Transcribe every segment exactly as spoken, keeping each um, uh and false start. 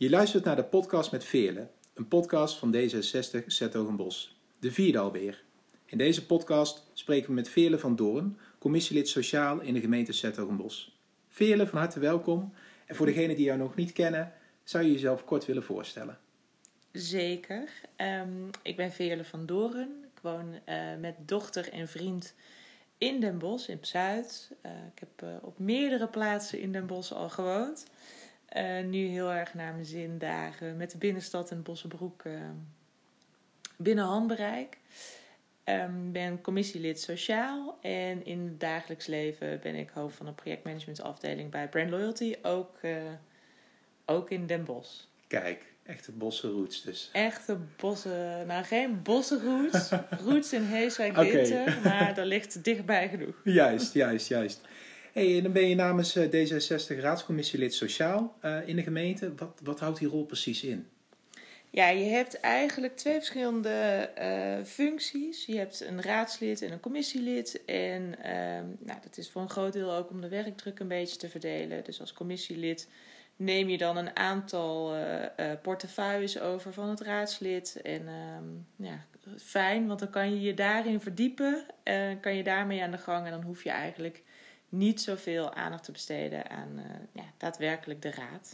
Je luistert naar de podcast met Veerle, een podcast van D zesenzestig 's-Hertogenbosch. De vierde alweer. In deze podcast spreken we met Veerle van Doorn, commissielid Sociaal in de gemeente 's-Hertogenbosch. Veerle, van harte welkom. En voor degenen die jou nog niet kennen, zou je jezelf kort willen voorstellen? Zeker. Um, ik ben Veerle van Doorn. Ik woon uh, met dochter en vriend in Den Bosch, in Zuid. Uh, ik heb uh, op meerdere plaatsen in Den Bosch al gewoond. Uh, nu heel erg naar mijn zin daar uh, met de binnenstad en Bossenbroek uh, binnen handbereik. Ik um, ben commissielid Sociaal en in het dagelijks leven ben ik hoofd van een projectmanagementafdeling bij Brand Loyalty, ook, uh, ook in Den Bosch. Kijk, echte bossenroots dus. Echte bossen, nou geen bossenroots, roots in Heeswijk Winter, okay. Maar dat ligt dichtbij genoeg. Juist, juist, juist. Hey, en dan ben je namens D zesenzestig raadscommissielid Sociaal uh, in de gemeente. Wat, wat houdt die rol precies in? Ja, je hebt eigenlijk twee verschillende uh, functies. Je hebt een raadslid en een commissielid. En uh, nou, dat is voor een groot deel ook om de werkdruk een beetje te verdelen. Dus als commissielid neem je dan een aantal uh, uh, portefeuilles over van het raadslid. En uh, ja, fijn, want dan kan je je daarin verdiepen. Uh, kan je daarmee aan de gang en dan hoef je eigenlijk niet zoveel aandacht te besteden aan uh, ja, daadwerkelijk de raad.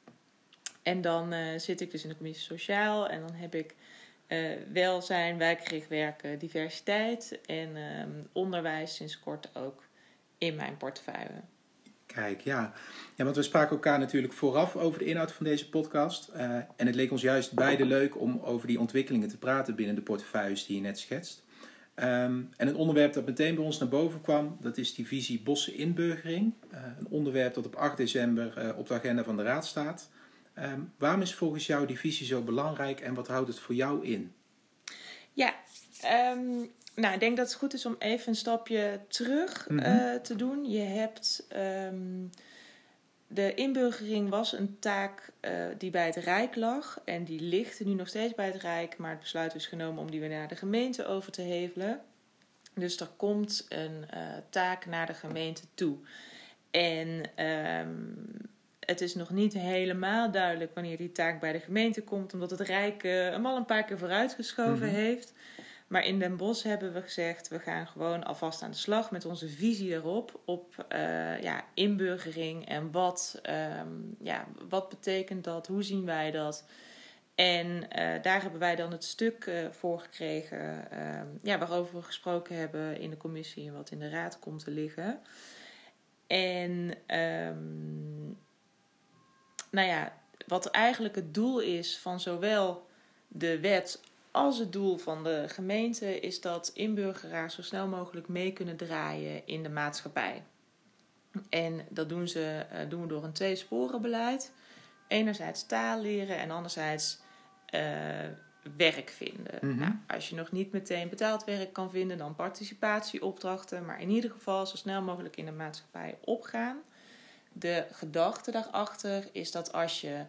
En dan uh, zit ik dus in de commissie Sociaal en dan heb ik uh, welzijn, wijkgericht werken, diversiteit en uh, onderwijs sinds kort ook in mijn portefeuille. Kijk, ja. ja, want we spraken elkaar natuurlijk vooraf over de inhoud van deze podcast. Uh, en het leek ons juist beide leuk om over die ontwikkelingen te praten binnen de portefeuilles die je net schetst. Um, en een onderwerp dat meteen bij ons naar boven kwam, dat is die visie bossen inburgering. Uh, een onderwerp dat op acht december uh, op de agenda van de Raad staat. Um, waarom is volgens jou die visie zo belangrijk en wat houdt het voor jou in? Ja, um, nou, ik denk dat het goed is om even een stapje terug mm-hmm. uh, te doen. Je hebt um, de inburgering was een taak uh, die bij het Rijk lag en die ligt nu nog steeds bij het Rijk, maar het besluit is genomen om die weer naar de gemeente over te hevelen. Dus er komt een uh, taak naar de gemeente toe. En um, het is nog niet helemaal duidelijk wanneer die taak bij de gemeente komt, omdat het Rijk uh, hem al een paar keer vooruitgeschoven mm-hmm. heeft. Maar in Den Bosch hebben we gezegd, we gaan gewoon alvast aan de slag met onze visie erop, op uh, ja, inburgering en wat, um, ja, wat betekent dat, hoe zien wij dat. En uh, daar hebben wij dan het stuk uh, voor gekregen, uh, ja, waarover we gesproken hebben in de commissie en wat in de raad komt te liggen. En um, nou ja, wat eigenlijk het doel is van zowel de wet als het doel van de gemeente is dat inburgeraars zo snel mogelijk mee kunnen draaien in de maatschappij. En dat doen, ze, uh, doen we door een tweesporenbeleid. Enerzijds taal leren en anderzijds uh, werk vinden. Mm-hmm. Nou, als je nog niet meteen betaald werk kan vinden, dan participatieopdrachten. Maar in ieder geval zo snel mogelijk in de maatschappij opgaan. De gedachte daarachter is dat als je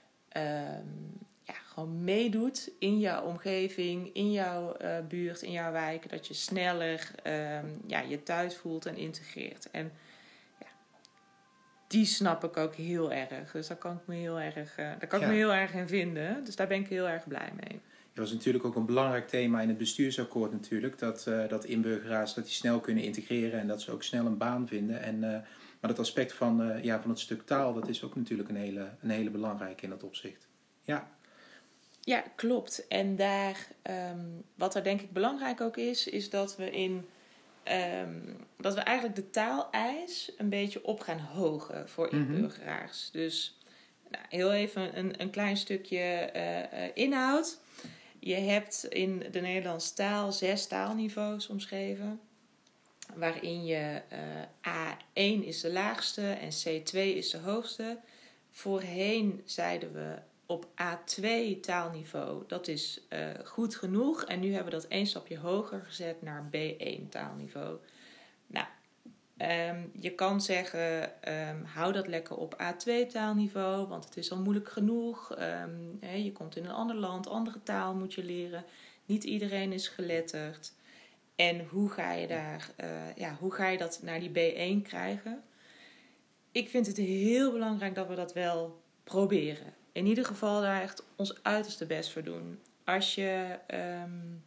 um, ja, gewoon meedoet in jouw omgeving, in jouw uh, buurt, in jouw wijk, dat je sneller um, ja, je thuis voelt en integreert. En ja, die snap ik ook heel erg. Dus daar kan ik me heel erg, uh, daar kan ja. ik me heel erg in vinden. Dus daar ben ik heel erg blij mee. Dat was natuurlijk ook een belangrijk thema in het bestuursakkoord natuurlijk. Dat, uh, dat inburgeraars dat die snel kunnen integreren en dat ze ook snel een baan vinden. En, uh, maar dat aspect van, uh, ja, van het stuk taal, dat is ook natuurlijk een hele, een hele belangrijke in dat opzicht. Ja. Ja, klopt. En daar, um, wat er denk ik belangrijk ook is, is dat we in um, dat we eigenlijk de taaleis een beetje op gaan hogen voor inburgeraars. Mm-hmm. Dus nou, heel even een, een klein stukje uh, uh, inhoud. Je hebt in de Nederlandse taal zes taalniveaus omschreven. Waarin je uh, A één is de laagste en C twee is de hoogste. Voorheen zeiden we op A twee taalniveau, dat is uh, goed genoeg. En nu hebben we dat één stapje hoger gezet naar B één taalniveau. Nou, um, je kan zeggen, um, hou dat lekker op A twee taalniveau, want het is al moeilijk genoeg. Um, he, je komt in een ander land, andere taal moet je leren. Niet iedereen is geletterd. En hoe ga je, daar, uh, ja, hoe ga je dat naar die B één krijgen? Ik vind het heel belangrijk dat we dat wel proberen. In ieder geval daar echt ons uiterste best voor doen. Als je um,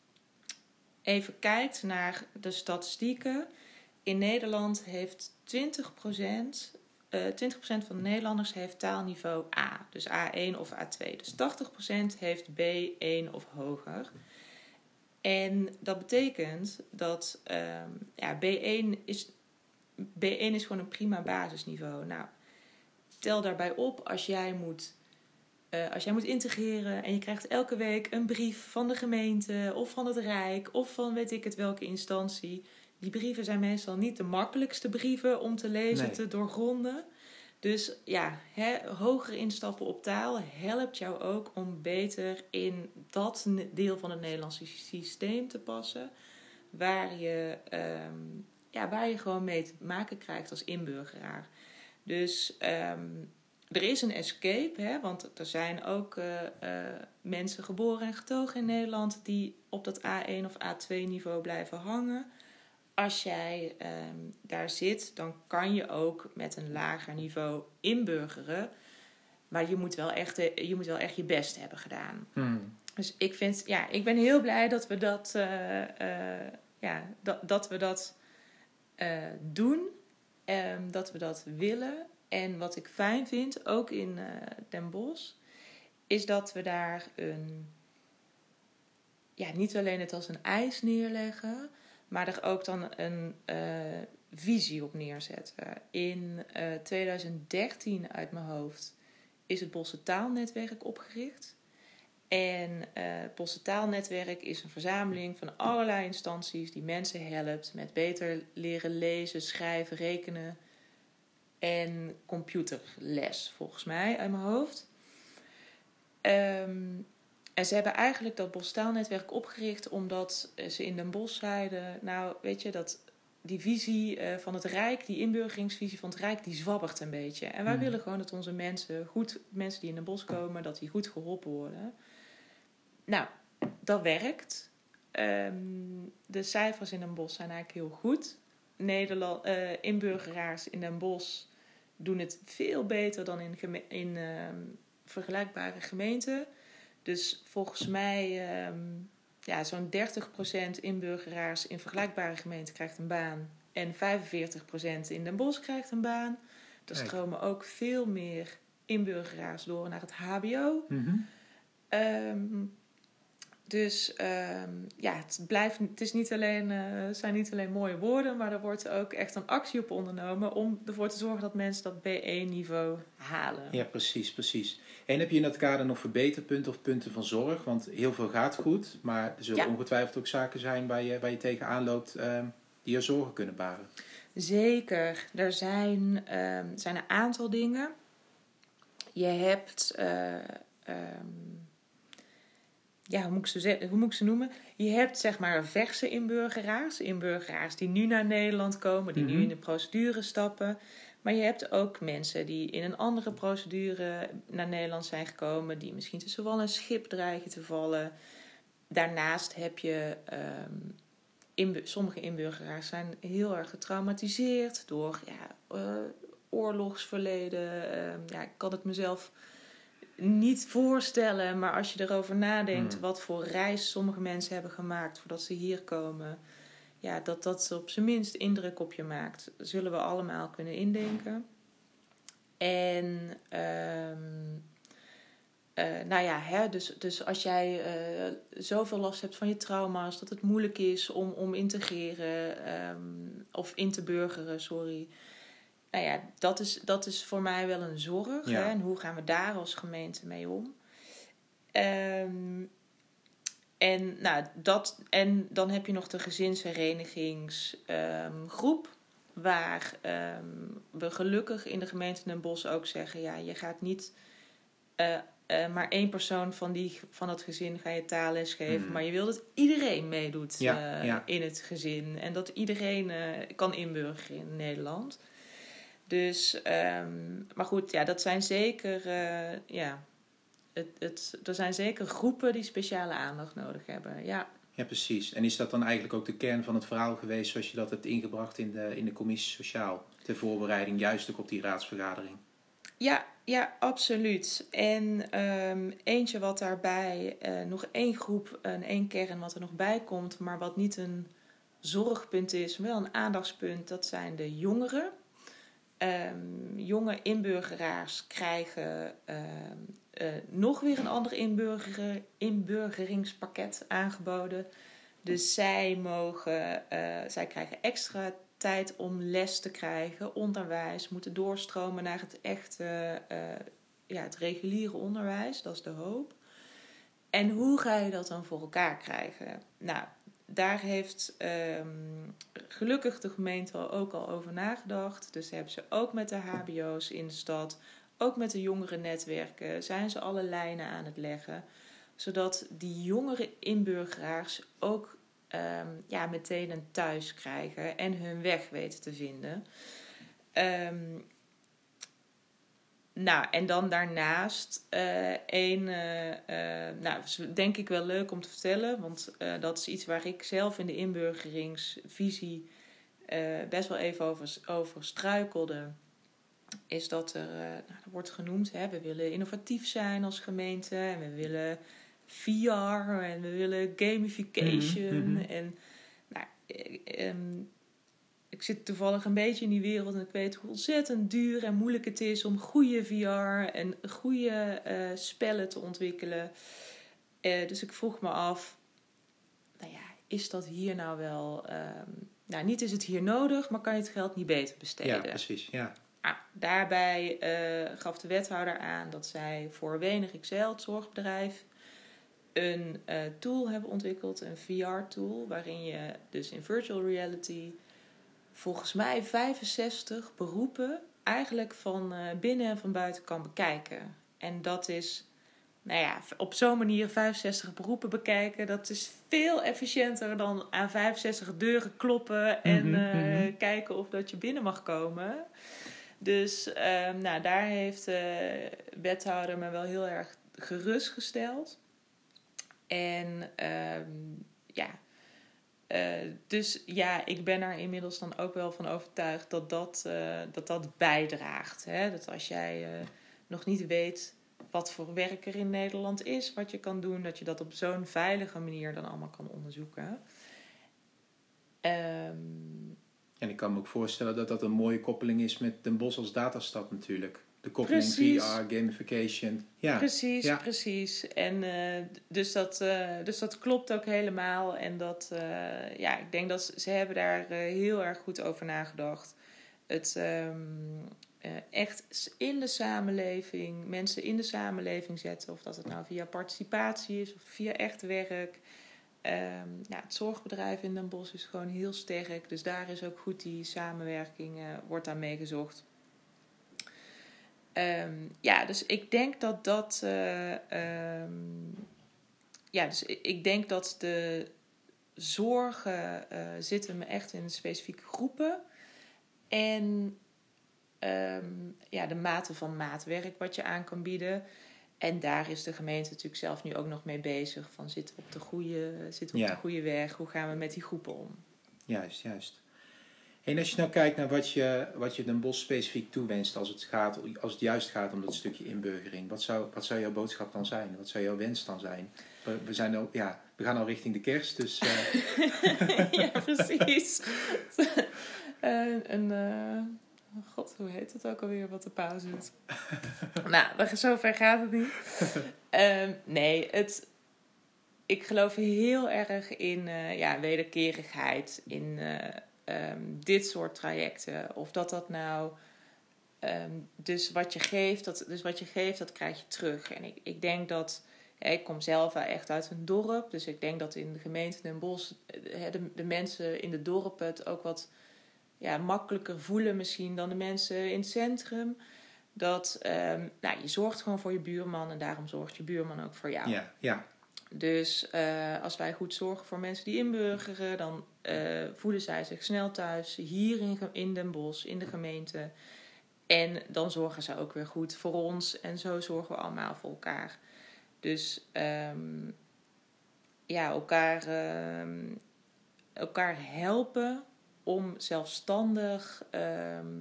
even kijkt naar de statistieken. In Nederland heeft twintig procent, uh, twintig procent van de Nederlanders heeft taalniveau A. Dus A één of A twee. Dus tachtig procent heeft B één of hoger. En dat betekent dat um, ja, B één is, B één is gewoon een prima basisniveau. Nou, tel daarbij op als jij moet, uh, als jij moet integreren en je krijgt elke week een brief van de gemeente of van het Rijk of van weet ik het welke instantie. Die brieven zijn meestal niet de makkelijkste brieven om te lezen, nee. te doorgronden. Dus ja, he, hoger instappen op taal helpt jou ook om beter in dat deel van het Nederlandse systeem te passen. Waar je, um, ja, waar je gewoon mee te maken krijgt als inburgeraar. Dus um, er is een escape, hè, want er zijn ook uh, uh, mensen geboren en getogen in Nederland die op dat A één of A twee niveau blijven hangen. Als jij um, daar zit, dan kan je ook met een lager niveau inburgeren. Maar je moet wel echt, je moet wel echt je best hebben gedaan. Hmm. Dus ik vind, ja, ik ben heel blij dat we dat, uh, uh, ja, dat, dat, we dat uh, doen. Um, dat we dat willen. En wat ik fijn vind, ook in uh, Den Bosch, is dat we daar een, ja, niet alleen het als een eis neerleggen, maar er ook dan een uh, visie op neerzetten. In uh, tweeduizend dertien uit mijn hoofd is het Bosse Taalnetwerk opgericht. En uh, het Bosse Taalnetwerk is een verzameling van allerlei instanties die mensen helpt met beter leren lezen, schrijven, rekenen en computerles, volgens mij, uit mijn hoofd. Um, En ze hebben eigenlijk dat Bosse Taalnetwerk opgericht omdat ze in Den Bosch zeiden, nou weet je, dat die visie uh, van het Rijk, die inburgeringsvisie van het Rijk, die zwabbert een beetje. En wij hmm. willen gewoon dat onze mensen, goed, mensen die in Den Bosch komen, dat die goed geholpen worden. Nou, dat werkt. Um, de cijfers in Den Bosch zijn eigenlijk heel goed. Nederland, uh, inburgeraars in Den Bosch doen het veel beter dan in, geme- in uh, vergelijkbare gemeenten. Dus volgens mij, um, ja, zo'n dertig procent inburgeraars in vergelijkbare gemeenten krijgt een baan. En vijfenveertig procent in Den Bosch krijgt een baan. Er stromen ook veel meer inburgeraars door naar het H B O. Mm-hmm. Um, dus um, ja, het, blijft, het is niet alleen, uh, zijn niet alleen mooie woorden, maar er wordt ook echt een actie op ondernomen om ervoor te zorgen dat mensen dat B één niveau halen. Ja, precies, precies. En heb je in dat kader nog verbeterpunten of punten van zorg? Want heel veel gaat goed, maar er zullen ja. ongetwijfeld ook zaken zijn waar je, waar je tegenaan loopt uh, die je zorgen kunnen baren. Zeker. Er zijn, uh, zijn een aantal dingen. Je hebt... Uh, um, Ja, hoe moet, ik ze, hoe moet ik ze noemen? Je hebt zeg maar verse inburgeraars. Inburgeraars die nu naar Nederland komen. Die mm-hmm. nu in de procedure stappen. Maar je hebt ook mensen die in een andere procedure naar Nederland zijn gekomen. Die misschien tussen wal en schip dreigen te vallen. Daarnaast heb je... Um, inbu- sommige inburgeraars zijn heel erg getraumatiseerd. Door ja, uh, oorlogsverleden. Uh, ja, ik kan het mezelf... niet voorstellen, maar als je erover nadenkt hmm. wat voor reis sommige mensen hebben gemaakt voordat ze hier komen, ja, dat dat op zijn minst indruk op je maakt, zullen we allemaal kunnen indenken. En um, uh, nou ja, hè, dus, dus als jij uh, zoveel last hebt van je trauma's, dat het moeilijk is om, om integreren um, of in te burgeren, sorry. Nou ja, dat is, dat is voor mij wel een zorg. Ja. Hè? En hoe gaan we daar als gemeente mee om? Um, en, nou, dat, en dan heb je nog de gezinsherenigingsgroep. Um, waar um, we gelukkig in de gemeente Den Bosch ook zeggen... ja, je gaat niet uh, uh, maar één persoon van, die, van dat gezin ga je taalles geven... Mm. maar je wil dat iedereen meedoet ja, uh, ja. in het gezin. En dat iedereen uh, kan inburgeren in Nederland... Dus, um, maar goed, ja, dat zijn zeker, uh, ja, het, het, er zijn zeker groepen die speciale aandacht nodig hebben, ja. Ja, precies. En is dat dan eigenlijk ook de kern van het verhaal geweest, zoals je dat hebt ingebracht in de, in de commissie Sociaal, ter voorbereiding juist ook op die raadsvergadering? Ja, ja, absoluut. En um, eentje wat daarbij, uh, nog één groep, en één kern wat er nog bij komt, maar wat niet een zorgpunt is, maar wel een aandachtspunt, dat zijn de jongeren. Um, jonge inburgeraars krijgen uh, uh, nog weer een ander inburger, inburgeringspakket aangeboden. Dus zij mogen, uh, zij krijgen extra tijd om les te krijgen, onderwijs, moeten doorstromen naar het echte, uh, ja, het reguliere onderwijs. Dat is de hoop. En hoe ga je dat dan voor elkaar krijgen? Nou, daar heeft um, gelukkig de gemeente ook al over nagedacht. Dus hebben ze ook met de H B O's in de stad, ook met de jongerennetwerken, zijn ze alle lijnen aan het leggen. Zodat die jongere inburgeraars ook um, ja, meteen een thuis krijgen en hun weg weten te vinden. Um, Nou, en dan daarnaast uh, één, uh, uh, nou, is denk ik wel leuk om te vertellen, want uh, dat is iets waar ik zelf in de inburgeringsvisie uh, best wel even over, over struikelde. Is dat er, uh, nou, er wordt genoemd, hè, we willen innovatief zijn als gemeente en we willen V R en we willen gamification. Mm-hmm. En nou, um, ik zit toevallig een beetje in die wereld en ik weet hoe ontzettend duur en moeilijk het is om goede V R en goede uh, spellen te ontwikkelen. Uh, dus ik vroeg me af, nou ja, is dat hier nou wel... Um, nou, niet is het hier nodig, maar kan je het geld niet beter besteden? Ja, precies, ja. Ah, daarbij uh, gaf de wethouder aan dat zij voor Wenig X L, het zorgbedrijf, een uh, tool hebben ontwikkeld, een V R-tool, waarin je dus in virtual reality volgens mij vijfenzestig beroepen eigenlijk van uh, binnen en van buiten kan bekijken. En dat is, nou ja, op zo'n manier vijfenzestig beroepen bekijken, dat is veel efficiënter dan aan vijfenzestig deuren kloppen en uh, mm-hmm. kijken of dat je binnen mag komen. Dus uh, nou, daar heeft de wethouder me wel heel erg gerustgesteld. En uh, ja... Uh, dus ja, ik ben er inmiddels dan ook wel van overtuigd dat dat, uh, dat, dat bijdraagt. Hè? Dat als jij uh, nog niet weet wat voor werk er in Nederland is, wat je kan doen, dat je dat op zo'n veilige manier dan allemaal kan onderzoeken. Um, en ik kan me ook voorstellen dat dat een mooie koppeling is met Den Bosch als datastad natuurlijk. De koppeling precies. V R, gamification. Ja. Precies, ja. precies. En uh, dus, dat, uh, dus dat klopt ook helemaal. En dat, uh, ja, ik denk dat ze, ze hebben daar uh, heel erg goed over nagedacht. Het um, uh, echt in de samenleving, mensen in de samenleving zetten. Of dat het nou via participatie is of via echt werk. Um, ja, het zorgbedrijf in Den Bosch is gewoon heel sterk. Dus daar is ook goed die samenwerking, uh, wordt aan meegezocht. Um, ja, dus ik denk dat dat... Uh, um, ja, dus ik denk dat de zorgen uh, zitten me echt in specifieke groepen. En um, ja, de mate van maatwerk wat je aan kan bieden. En daar is de gemeente natuurlijk zelf nu ook nog mee bezig. Van zitten we op de goede, zitten we ja. op de goede weg? Hoe gaan we met die groepen om? Juist, juist. En als je nou kijkt naar wat je, wat je Den Bosch specifiek toewenst als het, gaat, als het juist gaat om dat stukje inburgering. Wat zou, wat zou jouw boodschap dan zijn? Wat zou jouw wens dan zijn? We, we, zijn al, ja, we gaan al richting de kerst, dus... Uh... ja, precies. uh, een, uh, God, hoe heet het ook alweer wat de pauze doet? Nou, zover gaat het niet. Uh, nee, het... Ik geloof heel erg in uh, ja, wederkerigheid, in... Uh, Um, dit soort trajecten. Of dat dat nou... Um, dus, wat je geeft, dat, dus wat je geeft, dat krijg je terug. En ik, ik denk dat... Ja, ik kom zelf wel echt uit een dorp. Dus ik denk dat in de gemeente Den Bosch... De, de mensen in de dorpen het ook wat ja, makkelijker voelen misschien... dan de mensen in het centrum. Dat um, nou, je zorgt gewoon voor je buurman... en daarom zorgt je buurman ook voor jou. Ja, ja. Dus uh, als wij goed zorgen voor mensen die inburgeren... dan uh, voelen zij zich snel thuis hier in, in Den Bosch, in de gemeente. En dan zorgen ze ook weer goed voor ons. En zo zorgen we allemaal voor elkaar. Dus um, ja, elkaar, um, elkaar helpen om zelfstandig um,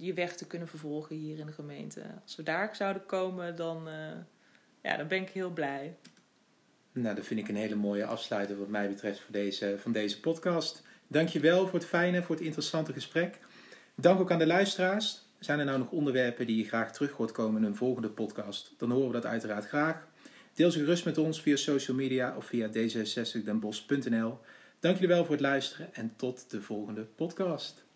je weg te kunnen vervolgen hier in de gemeente. Als we daar zouden komen, dan, uh, ja, dan ben ik heel blij. Nou, dat vind ik een hele mooie afsluiter wat mij betreft voor deze, van deze podcast. Dankjewel voor het fijne, voor het interessante gesprek. Dank ook aan de luisteraars. Zijn er nou nog onderwerpen die je graag terug hoort komen in een volgende podcast? Dan horen we dat uiteraard graag. Deel ze gerust met ons via social media of via d zesenzestig den bosch punt n l. Dank jullie wel voor het luisteren en tot de volgende podcast.